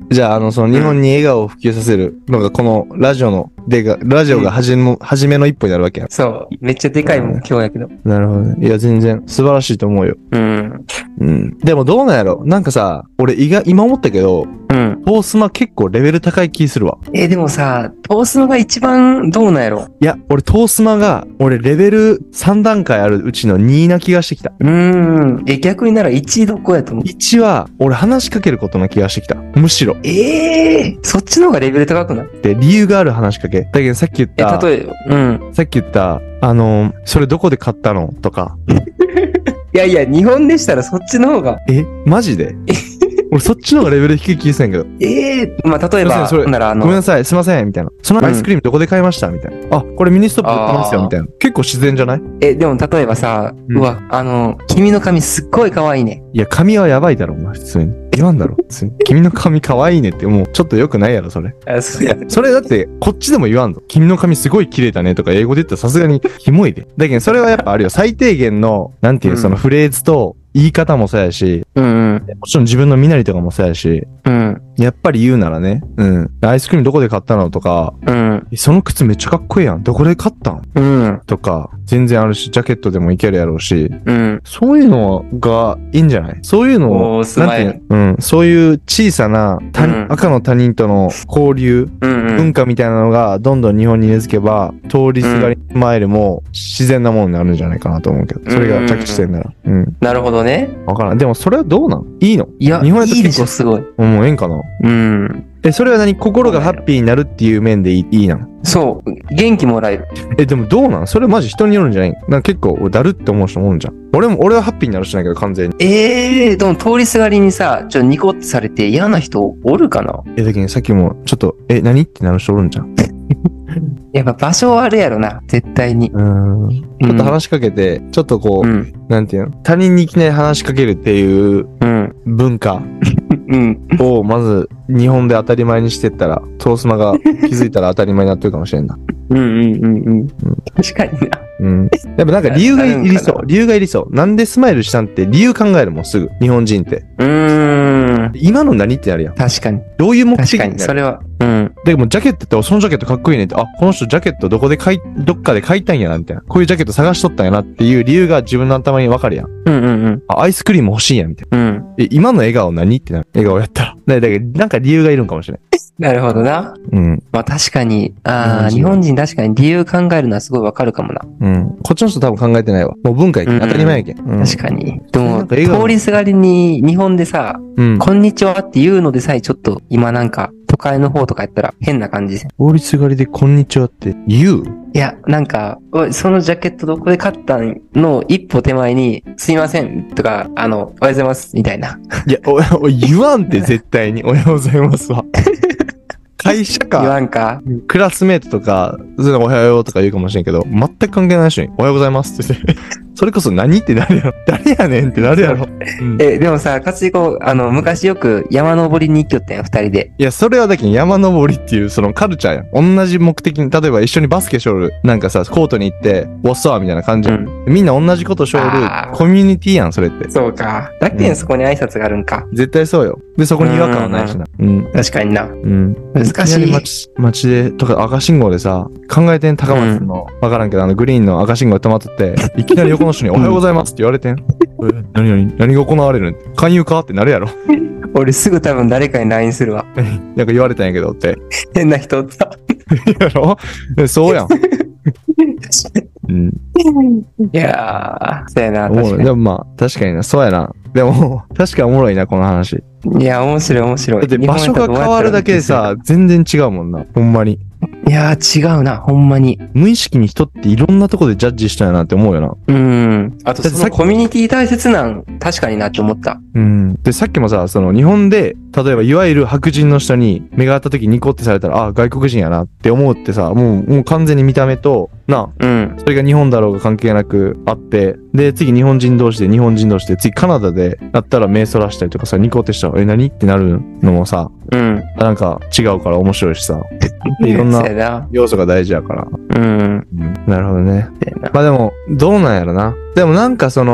Speaker 2: じゃあ、あの、その日本に笑顔を普及させるのが、このラジオの、でが、ラジオがはじめ、はじめの一歩になるわけや。
Speaker 1: そう。めっちゃでかい目標やけど。
Speaker 2: なるほどね。いや、全然素晴らしいと思うよ。
Speaker 1: うん。
Speaker 2: うん。でもどうなんやろなんかさ、俺意外、今思ったけど、
Speaker 1: うん。
Speaker 2: トースマ結構レベル高い気するわ。
Speaker 1: えー、でもさ、トースマが一番どうなんやろ。
Speaker 2: いや、俺トースマが、俺レベルさん段階あるうちのにな気がしてきた。
Speaker 1: うーん。え、逆にならいちどこやと思う。
Speaker 2: いちは、俺話しかけることな気がしてきた。むしろ。
Speaker 1: ええー、そっちの方がレベル高くない？
Speaker 2: で、理由がある話しかけ。だけどさっき言っ
Speaker 1: え、
Speaker 2: た、
Speaker 1: 例えば、うん。
Speaker 2: さっき言った、あのー、それどこで買ったのとか。
Speaker 1: いやいや、日本でしたらそっちの方が。
Speaker 2: えマジで俺そっちの方がレベル低い気するんやけど。
Speaker 1: ええー、まあ、例えば、
Speaker 2: それ
Speaker 1: ならあの、
Speaker 2: ごめんなさい、すいません、みたいな。そのアイスクリームどこで買いましたみたいな。あ、これミニストップ売ってますよ、みたいな。結構自然じゃない？
Speaker 1: え、でも例えばさ、
Speaker 2: うん
Speaker 1: うわ、あの、君の髪すっごい可愛いね。
Speaker 2: いや、髪はやばいだろ、お前、普通に。言わんだろ、普通に。君の髪可愛いねって、もうちょっと良くないやろ、それ。
Speaker 1: あ、そうや。
Speaker 2: それだって、こっちでも言わんぞ。君の髪すごい綺麗だねとか英語で言ったらさすがにキモいで。だけど、それはやっぱあるよ。最低限の、なんていう、
Speaker 1: うん
Speaker 2: そのフレーズと言い方もそうやし、
Speaker 1: うんうん。
Speaker 2: もちろん自分の身なりとかもそうやし、
Speaker 1: うん。
Speaker 2: やっぱり言うならね、うん。アイスクリームどこで買ったのとか、
Speaker 1: うん。
Speaker 2: その靴めっちゃかっこいいやん。どこで買ったん
Speaker 1: うん。
Speaker 2: とか、全然あるし、ジャケットでもいけるやろうし、
Speaker 1: うん。
Speaker 2: そういうのがいいんじゃない？そういうのを、
Speaker 1: おー、スマイル。
Speaker 2: なんていうのうん、そういう小さな他人、
Speaker 1: うん
Speaker 2: 赤の他人との交流、
Speaker 1: うんうん。
Speaker 2: 文化みたいなのがどんどん日本に根付けば、通りすがりスマイルも自然なものになるんじゃないかなと思うけど、それが着地点なら。うん。
Speaker 1: なるほどね。
Speaker 2: わからん。でもそれはどうなんいいの
Speaker 1: いや、
Speaker 2: 日本やと
Speaker 1: いいでしょ、
Speaker 2: 結
Speaker 1: すごい。
Speaker 2: 構、もうええんかな
Speaker 1: うん。
Speaker 2: え、それは何心がハッピーになるっていう面でいいいいなん
Speaker 1: そう。元気もらえる。
Speaker 2: え、でもどうなんそれマジ人によるんじゃないなんか結構、だるって思う人もおるんじゃん。俺も、俺はハッピーになる人ないけど、完全に。
Speaker 1: ええー、でも通りすがりにさ、ちょっとニコってされて嫌な人おるかな？
Speaker 2: え、だけどさっきも、ちょっと、え、何ってなる人おるんじゃん。
Speaker 1: やっぱ場所はあるやろな、絶対に。
Speaker 2: うーん。ちょっと話しかけて、ちょっとこう、
Speaker 1: うん。
Speaker 2: なんていうの他人にいきなり話しかけるっていう
Speaker 1: うん。
Speaker 2: 文化
Speaker 1: うん。
Speaker 2: を、まず、日本で当たり前にしてったら、トースマが気づいたら当たり前になってるかもしれんな。
Speaker 1: うんうんうんうん。確かにな。
Speaker 2: うん。やっぱなんか理由がいりそ
Speaker 1: あるんか
Speaker 2: う。理由がいりそう。なんでスマイルしたんって理由考えるもん、すぐ。日本人って。
Speaker 1: うーん。
Speaker 2: 今の何ってなるやん。
Speaker 1: 確かに。
Speaker 2: どういう目的
Speaker 1: 確かに。
Speaker 2: になる
Speaker 1: それは。うん。
Speaker 2: でもジャケットって、そのジャケットかっこいいねって、あ、この人ジャケットどこで買い、どっかで買いたいんやな、みたいな。こういうジャケット探しとったんやなっていう理由が自分の頭にわかるやん。
Speaker 1: うんうんうん。
Speaker 2: あ、アイスクリーム欲しいんや、みたいな。
Speaker 1: うん。
Speaker 2: え、今の笑顔何ってなる。笑顔やったら。だだけど、なんか理由がいるんかもしれない。
Speaker 1: なるほどな。
Speaker 2: うん。
Speaker 1: まあ確かに、ああ、
Speaker 2: 日
Speaker 1: 日
Speaker 2: 本人
Speaker 1: 本人確かに理由考えるのはすごいわかるかもな。
Speaker 2: うん。こっちの人多分考えてないわ。もう文化やけん。
Speaker 1: うん
Speaker 2: 当たり前やけん。うん、
Speaker 1: 確かに。で
Speaker 2: な
Speaker 1: も、
Speaker 2: んか笑顔
Speaker 1: 通りすがりに日本でさ、
Speaker 2: うん。
Speaker 1: こんにちはって言うのでさえちょっと今なんか都会の方とかやったら変な感じです。
Speaker 2: 法律狩りでこんにちはって言う
Speaker 1: いや、なんか、おいそのジャケットどこで買ったんの一歩手前に、すいませんとか、あの、おはようございますみたいな。
Speaker 2: いや、お、お言わんって絶対に。おはようございますわ。会社
Speaker 1: 言
Speaker 2: か、
Speaker 1: わんか。
Speaker 2: クラスメートとか、そういうのおはようとか言うかもしれんけど、全く関係ない人に、おはようございますって言って、それこそ何ってなるやろ。誰やねんってなるやろ。うん
Speaker 1: え、でもさ、勝ち子、あの、昔よく山登りに行きよったやん、二人で。
Speaker 2: いや、それはだけど山登りっていう、そのカルチャーやん。同じ目的に、例えば一緒にバスケしょる、なんかさ、コートに行って、ウォッサーみたいな感じやん。
Speaker 1: うん。
Speaker 2: みんな同じことしょる
Speaker 1: あー、
Speaker 2: コミュニティやん、それって。
Speaker 1: そうか。だけんそこに挨拶があるんか。
Speaker 2: 絶対そうよ。で、そこに違和感はないしな。うん。
Speaker 1: 確かにな。
Speaker 2: うん。
Speaker 1: 難しい
Speaker 2: きなり街、街で、とか赤信号でさ、考えてん高松の、わからんけど、あのグリーンの赤信号で止まっとって、いきなり横の人におはようございますって言われてん。え何何何が行われるん勧誘かってなるやろ。
Speaker 1: 俺すぐ多分誰かに ライン するわ。
Speaker 2: なんか言われたんやけどって。
Speaker 1: 変な人おった。
Speaker 2: やろえそうやん。うん。
Speaker 1: いやー、そうやな、
Speaker 2: おもろい
Speaker 1: 確か
Speaker 2: でもまあ、確かにな、そうやな。でも、確かにおもろいな、この話。
Speaker 1: に。いや、面白い面白い。
Speaker 2: だって場所が変わるだけでさ、全然違うもんな。ほんまに。
Speaker 1: いやー、違うな、ほんまに。
Speaker 2: 無意識に人っていろんなとこでジャッジしたんやなって思うよな。
Speaker 1: うん。あと、
Speaker 2: だってさっき
Speaker 1: そのコミュニティ大切なん、確かになって思った。
Speaker 2: うん。で、さっきもさ、その日本で、例えばいわゆる白人の人に目が合った時ニコってされたら、あ、外国人やなって思うってさ、もう、もう完全に見た目と、な、
Speaker 1: うん。
Speaker 2: それが日本だろうが関係なくあって、で、次日本人同士で日本人同士で、次カナダでなったら目そらしたりとかさ、ニコってしたら、え、何ってなるのもさ、
Speaker 1: うん。
Speaker 2: なんか違うから面白いしさ、いろんな
Speaker 1: そうやな。
Speaker 2: 要素が大事やから。
Speaker 1: うん。
Speaker 2: うん。なるほどね。
Speaker 1: そうやな。
Speaker 2: まあでも、どうなんやろな。でもなんかその、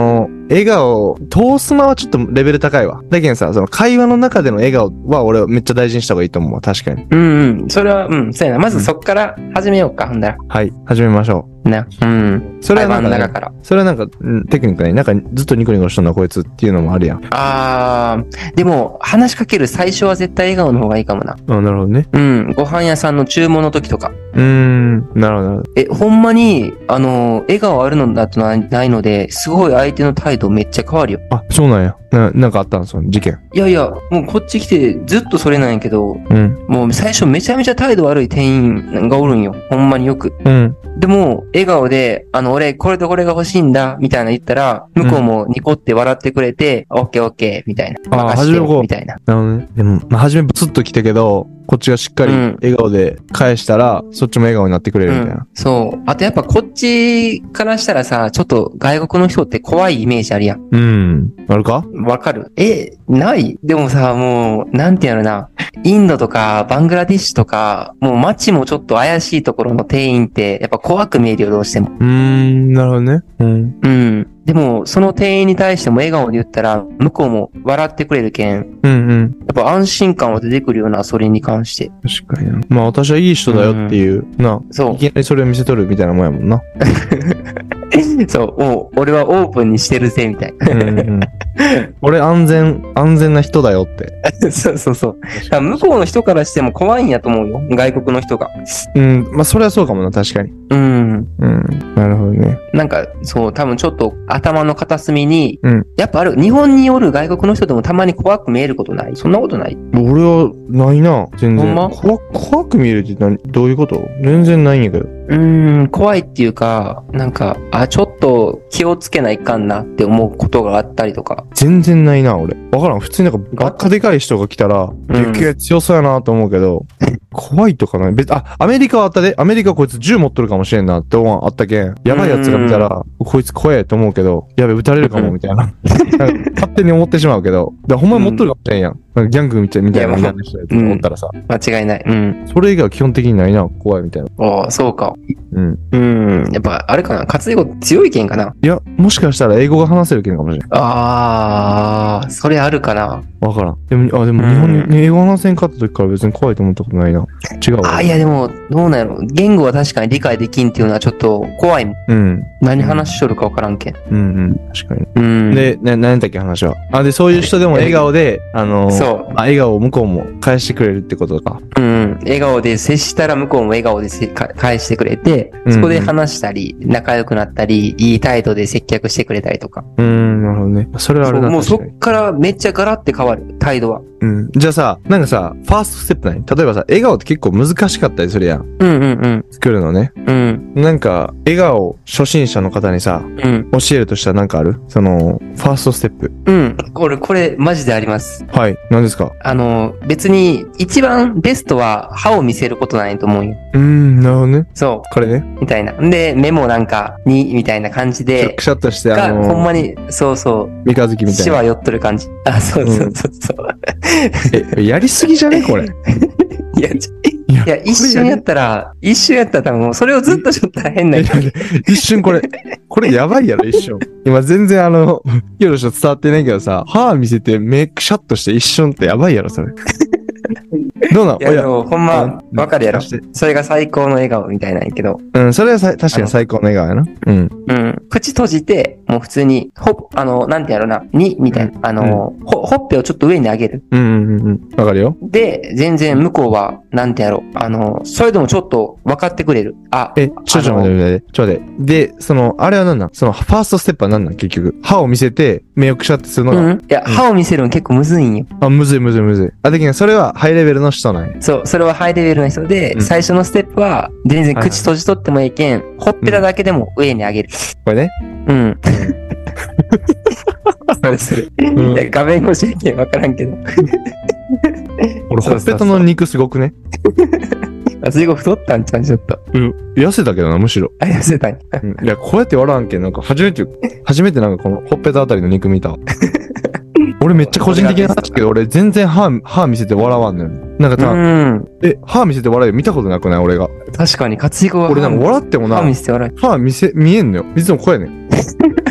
Speaker 2: 笑顔、トースマはちょっとレベル高いわ。だけどさ、その会話の中での笑顔は俺はめっちゃ大事にした方がいいと思うわ。確かに。
Speaker 1: うんうん。それは、うん、そうやな。まずそっから始めようか、ほんだら。
Speaker 2: はい。始めましょ
Speaker 1: ね。うん。
Speaker 2: う。それはなんか、ね、
Speaker 1: 会話の中から。
Speaker 2: それはなんか、うんテクニックね。なんかずっとニコニコしとんなこいつっていうのもあるやん。
Speaker 1: あー、でも、話しかける最初は絶対笑顔の方がいいかもな。
Speaker 2: あ、なるほどね。
Speaker 1: うん。ご飯屋さんの注文の時とか。
Speaker 2: うーん。なるほど、なるほど。
Speaker 1: え、ほんまに、あの、笑顔あるのだとなないので、すごい相手の態度めっちゃ変わるよ。
Speaker 2: あ、そうなんや。な、なんかあったんその事件。
Speaker 1: いやいや、もうこっち来てずっとそれなんやけど、
Speaker 2: うん。
Speaker 1: もう最初めちゃめちゃ態度悪い店員がおるんよ。ほんまによく。
Speaker 2: うん。
Speaker 1: でも、笑顔で、あの、俺、これとこれが欲しいんだ、みたいな言ったら、向こうもニコって笑ってくれて、オッケーオッケー、みたいな。
Speaker 2: あー
Speaker 1: 任してよ、
Speaker 2: 初めこう
Speaker 1: みたいな。
Speaker 2: なるほどね。でも、まあ、初めブツッと来たけど、こっちがしっかり
Speaker 1: うん
Speaker 2: 笑顔で返したら、そっちも笑顔になってくれ
Speaker 1: う
Speaker 2: るみたいな。
Speaker 1: ん。そう。あとやっぱこっちからしたらさ、ちょっと外国の人って怖いイメージあるやん。
Speaker 2: うん。あるか
Speaker 1: わかる？え、ないでもさ、もう、なんてやろな。インドとか、バングラディッシュとか、もう街もちょっと怪しいところの店員って、やっぱ怖く見えるよ、どうしても。
Speaker 2: うーん、なるほどね。うん。
Speaker 1: うん。でも、その店員に対しても笑顔で言ったら、向こうも笑ってくれるけん、
Speaker 2: うんうん。
Speaker 1: やっぱ安心感は出てくるような、それに関して。
Speaker 2: 確かにな。まあ私はいい人だよっていう、な。
Speaker 1: そ
Speaker 2: いきなりそれを見せとるみたいなもんやもんな。
Speaker 1: う。そう、もう、俺はオープンにしてるぜ、みたい
Speaker 2: うんうん。俺安全、安全な人だよって。
Speaker 1: な。そうそうそう。だから向こうの人からしても怖いんやと思うよ。外国の人が。
Speaker 2: うん。まあそれはそうかもな、確かに。
Speaker 1: うん。
Speaker 2: うん。なるほどね。
Speaker 1: なんか、そう、多分ちょっと頭の片隅に、
Speaker 2: うん
Speaker 1: やっぱある、日本におる外国の人でもたまに怖く見えることない？そんなことない？
Speaker 2: 俺はないな、全然。
Speaker 1: ほんま
Speaker 2: 怖怖く見えるって何どういうこと全然ないんやけど。
Speaker 1: うーん、怖いっていうか、なんか、あ、ちょっと気をつけないかんなって思うことがあったりとか。
Speaker 2: 全然ないな、俺。わからん。普通になんか、ばっかでかい人が来たら、
Speaker 1: ん
Speaker 2: でっけえ強そうやなと思うけど、怖いとかない。別、あ、アメリカはあったで。アメリカこいつ銃持っとるかもしれんなって思うあったけん。やばいやつが見たら、こいつ怖えと思うけど、やべ、撃たれるかも、みたいな。なんか勝手に思ってしまうけど、だからほんまに持っとるかもしれんやん。なんかギャングみたいみたいな、
Speaker 1: いやまあ
Speaker 2: みたいな人やつがおったらさ、
Speaker 1: 間違いない。うん。
Speaker 2: それ以外は基本的にないな、怖いみたいな。
Speaker 1: ああ、そうか。
Speaker 2: うん。
Speaker 1: うん。やっぱ、あれかな、活用強いけんかな。
Speaker 2: いや、もしかしたら英語が話せるけんかもしれん。
Speaker 1: ああ、それあるかな。
Speaker 2: わからん。でも、あ、でも日本に英語話せんかった時から別に怖いと思ったことないな。違うわ。
Speaker 1: ああ、いやでも、どうなんやろ。言語は確かに理解できんっていうのはちょっと怖いもん。
Speaker 2: うん。
Speaker 1: 何話しとるかわからんけん。
Speaker 2: うんうん。確かに。
Speaker 1: うん。
Speaker 2: で、な、何だっけ話は。あ、で、そういう人でも笑顔で、あのー、
Speaker 1: そう
Speaker 2: まあ、笑顔を向こうも返してくれるってことか。
Speaker 1: うん。笑顔で接したら向こうも笑顔でせか返してくれて、そこで話したり、仲良くなったり、いい態度で接客してくれたりとか。
Speaker 2: うーん、なるほどね。それはあれだ
Speaker 1: そうもうそ
Speaker 2: 確かに
Speaker 1: っからめっちゃガラって変わる、態度は。
Speaker 2: うん。じゃあさ、なんかさ、ファーストステップない例えばさ、笑顔って結構難しかったりするやん。
Speaker 1: うんうんうん。
Speaker 2: 作るのね。
Speaker 1: うん。
Speaker 2: なんか、笑顔初心者の方にさ、
Speaker 1: うん。
Speaker 2: 教えるとしたらなんかあるその、ファーストステップ。
Speaker 1: うん。俺、これ、マジであります。
Speaker 2: はい。何ですか
Speaker 1: あの、別に、一番ベストは歯を見せることなんやと思うよ。
Speaker 2: うーん、なるほどね。
Speaker 1: そ
Speaker 2: これね。
Speaker 1: う。みたいな。んで、目もなんか、に、みたいな感じで
Speaker 2: く、しゃっとして、あ
Speaker 1: が、
Speaker 2: の
Speaker 1: ほんまに、そうそう、
Speaker 2: 三日月みたいな。
Speaker 1: シワ寄っとる感じ。あ、そうそうそうそう。
Speaker 2: え、やりすぎじゃねこれ。
Speaker 1: いや、ちょ
Speaker 2: い
Speaker 1: いや、一瞬やったら、一瞬やったら多分もうそれをずっとしょったら変な。
Speaker 2: いや一瞬これ、これやばいやろ、一瞬。今全然あの、よろしょ伝わってないけどさ、歯見せて目くしゃっとして一瞬ってやばいやろ、それ。どうなん
Speaker 1: いや、でもほんま
Speaker 2: うん、
Speaker 1: わかるやろ
Speaker 2: して。
Speaker 1: それが最高の笑顔みたいなんやけど。
Speaker 2: うん、それはさ確かに最高の笑顔やな。うん。
Speaker 1: うん。口閉じて、もう普通に、ほ、あの、なんてやろな、に、みたいな。あの、ほ、ほっぺをちょっと上に上げる。
Speaker 2: うんうんうんうん。わかるよ。
Speaker 1: で、全然向こうは、なんてやろ、あの、それでもちょっと分かってくれる。あ、
Speaker 2: え、ちょちょ待って待って、ちょ待って。で、その、あれは何なんその、ファーストステップは何なん結局。歯を見せて、目をくしゃってするのが。
Speaker 1: うん。いや、歯を見せるの結構むずいんよ。
Speaker 2: あ、むずいむずいむずい。あ、できない。それはハイレベルの人なんや。
Speaker 1: そう、それはハイレベルな人で、
Speaker 2: うん
Speaker 1: 最初のステップは、全然口閉じとってもいいけん、ほっぺただけでも上に上げる。
Speaker 2: これね。
Speaker 1: うん。それそれ。
Speaker 2: ん
Speaker 1: いや、画面越しやけん分からんけど。
Speaker 2: 俺、ほっぺたの肉すごくね。
Speaker 1: あ、すごい太ったんちゃうちょっと。
Speaker 2: うん。痩せたけどな、むしろ。
Speaker 1: あ、痩せたんや。
Speaker 2: うんいや、こうやって笑わんけん、なんか初めて、初めてなんかこのほっぺたあたりの肉見たわ。俺めっちゃ個人的な話だけど、俺全然歯、歯見せて笑わんのよ。なんかさ、
Speaker 1: うん。
Speaker 2: え、歯見せて笑い見たことなくない俺が。
Speaker 1: 確かに、活躍は。
Speaker 2: 俺なんか笑ってもな
Speaker 1: 歯、見せて笑い。
Speaker 2: 歯見せ、見えんのよ。いつもこうやねん。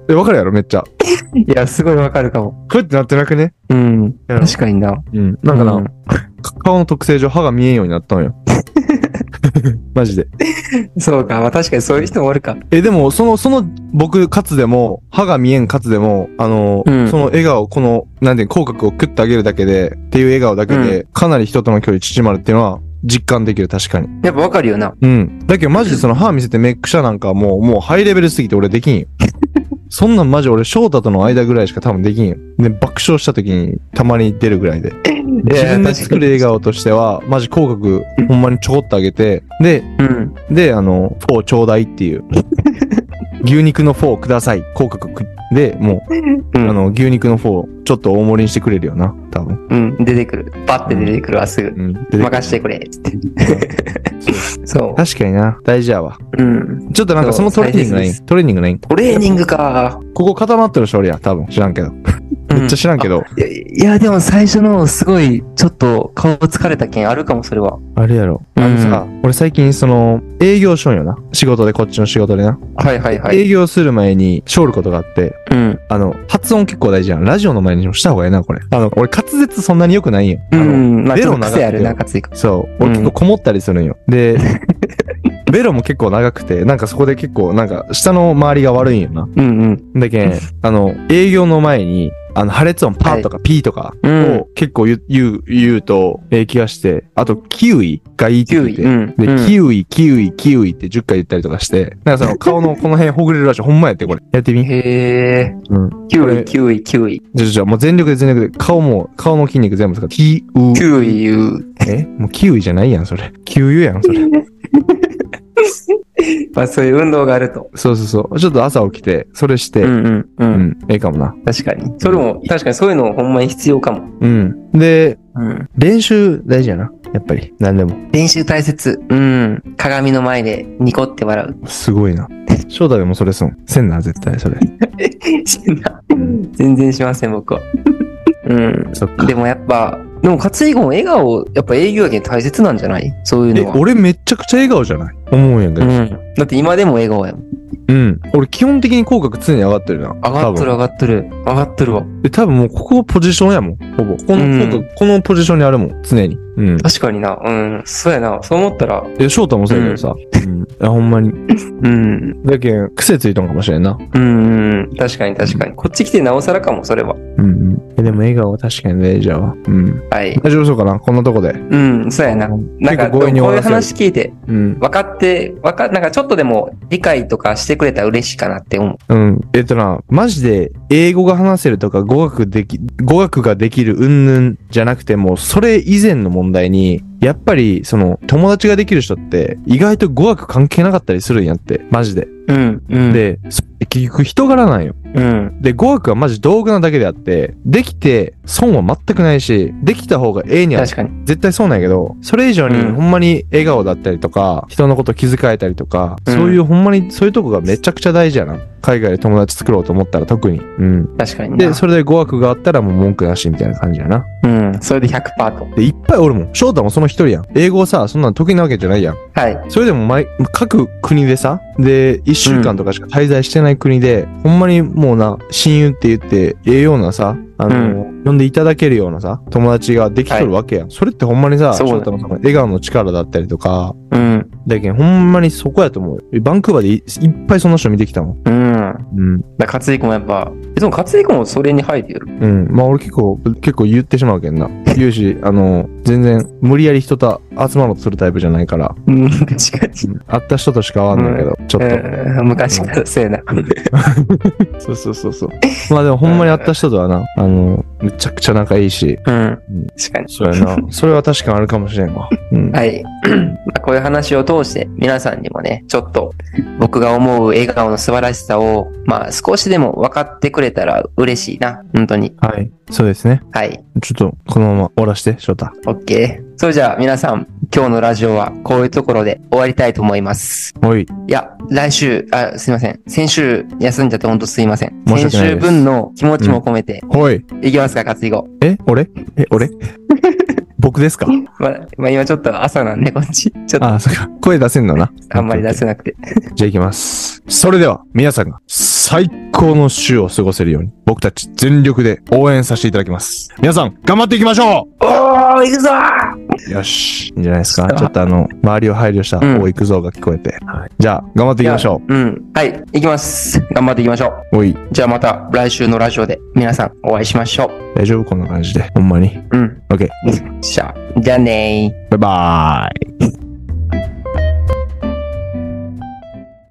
Speaker 2: え、わかるやろめっちゃ。
Speaker 1: いや、すごいわかるかも。
Speaker 2: こうやってなってなくね。
Speaker 1: うん。確かにな。
Speaker 2: うん。なんかな、
Speaker 1: うん
Speaker 2: 顔の特性上歯が見えんようになったんよ。マジで。
Speaker 1: そうか。まあ確かにそういう人もおるか。
Speaker 2: え、でも、その、その、僕、カツでも、歯が見えんカツでも、あの、
Speaker 1: うん
Speaker 2: その笑顔、この、なんていう口角をクッと上げるだけで、っていう笑顔だけで、かなり人との距離縮まるっていうのは、実感できる、確かに。
Speaker 1: やっぱわかるよな。
Speaker 2: うん。だけど、マジでその歯見せてメックシャなんかもう、もうハイレベルすぎて俺できんよ。そんなんマジ俺、翔太との間ぐらいしか多分できんよ。で、爆笑した時にたまに出るぐらいで。自分で作る笑顔としては、マジ口角ほんまにちょこっと上げて、で、
Speaker 1: うん。
Speaker 2: で、あの、フォーちょうだいっていう。牛肉のフォーください。口角くで、もう、
Speaker 1: うん
Speaker 2: あの、牛肉のフォー、ちょっと大盛りにしてくれるよな、多分。
Speaker 1: うん。出てくる。バッて出てくるわ、すぐ。
Speaker 2: うん。で
Speaker 1: 任してくれ。つって。そ
Speaker 2: 確かにな、大事やわ。
Speaker 1: う。うん。
Speaker 2: ちょっとなんかそのトレーニングない
Speaker 1: そう大切です
Speaker 2: トレーニングない
Speaker 1: トレーニングか。
Speaker 2: ここ固まってる人おるやん、多分。知らんけど。めっちゃ知らんけど。
Speaker 1: いや、いやでも最初のすごい、ちょっと顔疲れた件あるかも、それは。
Speaker 2: あれやろ。あのさ、俺最近その、営業しよんよな。仕事で、こっちの仕事でな。
Speaker 1: はいはいはい。
Speaker 2: 営業する前に、しょることがあって、
Speaker 1: うん。
Speaker 2: あの、発音結構大事やん。ラジオの前にもした方がいいな、これ。あの、俺滑舌そんなに良くないんよ。あ
Speaker 1: う
Speaker 2: の、
Speaker 1: ん。まあ、
Speaker 2: ベ
Speaker 1: ちょっと
Speaker 2: ロ長くて
Speaker 1: 癖あるな、勝ついく。
Speaker 2: そう。
Speaker 1: うん
Speaker 2: 俺結構こもったりするんよ。で、ベロも結構長くて、なんかそこで結構、なんか下の周りが悪いんよな。
Speaker 1: うんうん。
Speaker 2: だけん、あの、営業の前に、あの、破裂音パーとかピーとか
Speaker 1: うん
Speaker 2: を結構言う、言う、言うと、ええ気がして、あと、キウイがいいって言って
Speaker 1: キウイうん
Speaker 2: で、
Speaker 1: うん
Speaker 2: キウイ、キウイ、キウイってじゅっかい言ったりとかして、なんかその顔のこの辺ほぐれるらしい。ほんまやって、これ。やってみ。
Speaker 1: へえ。
Speaker 2: うん。
Speaker 1: キウイ、
Speaker 2: これ
Speaker 1: キウイ、キウイ。
Speaker 2: じゃじゃもう全力で全力で、顔も、顔の筋肉全部使って、キウ
Speaker 1: キウイ言う。
Speaker 2: えもうキウイじゃないやん、それ。キウイやん、それ。
Speaker 1: まあそういう運動があると。
Speaker 2: そうそうそう。ちょっと朝起きて、それして、
Speaker 1: うんうんう。
Speaker 2: うんん、ええかもな。
Speaker 1: 確かに。それも、確かにそういうのほんまに必要かも。
Speaker 2: うん。で、
Speaker 1: うん。
Speaker 2: 練習大事やな。やっぱり。何でも。
Speaker 1: 練習大切。うん。鏡の前でニコって笑う。
Speaker 2: すごいな。翔太でもそれすん。せんな、絶対、それ。
Speaker 1: しんな
Speaker 2: うん。
Speaker 1: 全然しません、僕は。うん。
Speaker 2: そっか。
Speaker 1: でもやっぱ、でも、勝井君も笑顔、やっぱ営業やけん大切なんじゃないそういう
Speaker 2: え、
Speaker 1: のは。
Speaker 2: 俺めっちゃくちゃ笑顔じゃない思うんやけど。
Speaker 1: うん。だって今でも笑顔やもん。
Speaker 2: うん。俺基本的に口角常に上がってるな。
Speaker 1: 上がっとる上がっとる。上がっとるわ。
Speaker 2: で、多分もうここポジションやもん。ほぼ。この
Speaker 1: うん
Speaker 2: 口角、このポジションにあるもん。常に。うん。
Speaker 1: 確かにな。うん。そうやな。そう思ったら。
Speaker 2: え、翔太もそうやけどさ。うん。いや、ほんまに。
Speaker 1: うん。
Speaker 2: だけん、癖ついとんかもしれんな。
Speaker 1: うんうん。確かに確かに。こっち来てなおさらかも、それは。
Speaker 2: うんうん。え、でも笑顔は確かに大事やわ。うん。
Speaker 1: はい。
Speaker 2: 大丈夫そうかなこんなとこで。
Speaker 1: うん。そうやな。なんか、
Speaker 2: 結構強引に
Speaker 1: こういう
Speaker 2: 終わらせる
Speaker 1: 話聞いて、
Speaker 2: うん。
Speaker 1: 分かって、分か、なんかちょっとでも理解とかしてくれたら嬉しいかなって思う。
Speaker 2: うん。えっとな、マジで、英語が話せるとか、語学でき、語学ができる云々じゃなくても、それ以前の問題に、やっぱり、その、友達ができる人って、意外と語学関係なかったりするんやって。マジで。
Speaker 1: うん。うん。、
Speaker 2: で、そ結局人柄なんよ。
Speaker 1: うん。
Speaker 2: で、語学はマジ道具なだけであって、できて損は全くないし、できた方がええには
Speaker 1: 確かに。
Speaker 2: 絶対そうなんやけど、それ以上に
Speaker 1: うん
Speaker 2: ほんまに笑顔だったりとか、人のこと気遣えたりとか、
Speaker 1: うん
Speaker 2: そういうほんまにそういうとこがめちゃくちゃ大事やな。海外で友達作ろうと思ったら特に。うん。
Speaker 1: 確かにな。
Speaker 2: で、それで語学があったらもう文句なしみたいな感じやな。
Speaker 1: うん。それでひゃくパーセント。
Speaker 2: で、いっぱいおるもん。翔太もその一人やん。英語さ、そんなん得意なわけじゃないやん。
Speaker 1: はい。
Speaker 2: それでも毎、各国でさ、で、一週間とかしか滞在してない国で、ほんまにもうな、親友って言って、ええようなさ、あの、呼んでいただけるようなさ、友達ができとるわけやん。それってほんまにさ、
Speaker 1: そうだ
Speaker 2: 翔太のその笑顔の力だったりとか、
Speaker 1: うん。
Speaker 2: だけどほんまにそこやと思うよ。バンクーバーでいいっぱいその人見てきたもん。
Speaker 1: うん。
Speaker 2: うん。
Speaker 1: だから勝井君もやっぱ、でも勝井君もそれに入るよ。
Speaker 2: うん。まあ俺結構、結構言ってしまうけんな。言うし、あの、全然無理やり人と集まろうとするタイプじゃないから、
Speaker 1: うん。確かに。
Speaker 2: 会った人としか会わんねんけど、ちょっと。
Speaker 1: うん。昔からそうやな。
Speaker 2: そうそうそうそう。まあでもほんまに会った人とはな、あの、めちゃくちゃ仲いいし、
Speaker 1: うん。確かに。
Speaker 2: そうやな。それは確かにあるかもしれんわ。うん。
Speaker 1: はい。まあこういう話を通して皆さんにもね、ちょっと僕が思う笑顔の素晴らしさを、まあ少しでも分かってくれたら嬉しいな。本当に。
Speaker 2: はい。そうですね。
Speaker 1: はい。
Speaker 2: ちょっと、このまま終わらして、翔太。
Speaker 1: OK。それじゃあ皆さん、今日のラジオはこういうところで終わりたいと思います。
Speaker 2: おい。
Speaker 1: いや、来週、あ、すいません。先週休んじゃってほんとすいません。
Speaker 2: 申し訳ないです
Speaker 1: 先週分の気持ちも込めて、
Speaker 2: ほい。
Speaker 1: いきますか、勝井語。
Speaker 2: え俺え、俺僕ですか
Speaker 1: まあ、まあ今ちょっと朝なんで、こっち。ちょっと
Speaker 2: ああ、そっか。声出せんのな。
Speaker 1: あんまり出せなくて。
Speaker 2: じゃあ行きます。それでは、皆さんが、さ最高の週を過ごせるように、僕たち全力で応援させていただきます。皆さん、頑張っていきましょ
Speaker 1: おー、行くぞ
Speaker 2: う。よし。いいんじゃないですか。ちょっとあの、周りを配慮した、
Speaker 1: うん
Speaker 2: お行くぞが聞こえて。はい、じゃあ、頑張っていきましょ
Speaker 1: う。うん。はい、行きます。頑張っていきましょ
Speaker 2: う。おい。
Speaker 1: じゃあまた来週のラジオで皆さんお会いしましょう。
Speaker 2: 大丈夫こんな感じで。ほんまに。
Speaker 1: うん。
Speaker 2: オッケ
Speaker 1: ー。じゃあ、じゃあねー。
Speaker 2: バイバーイ。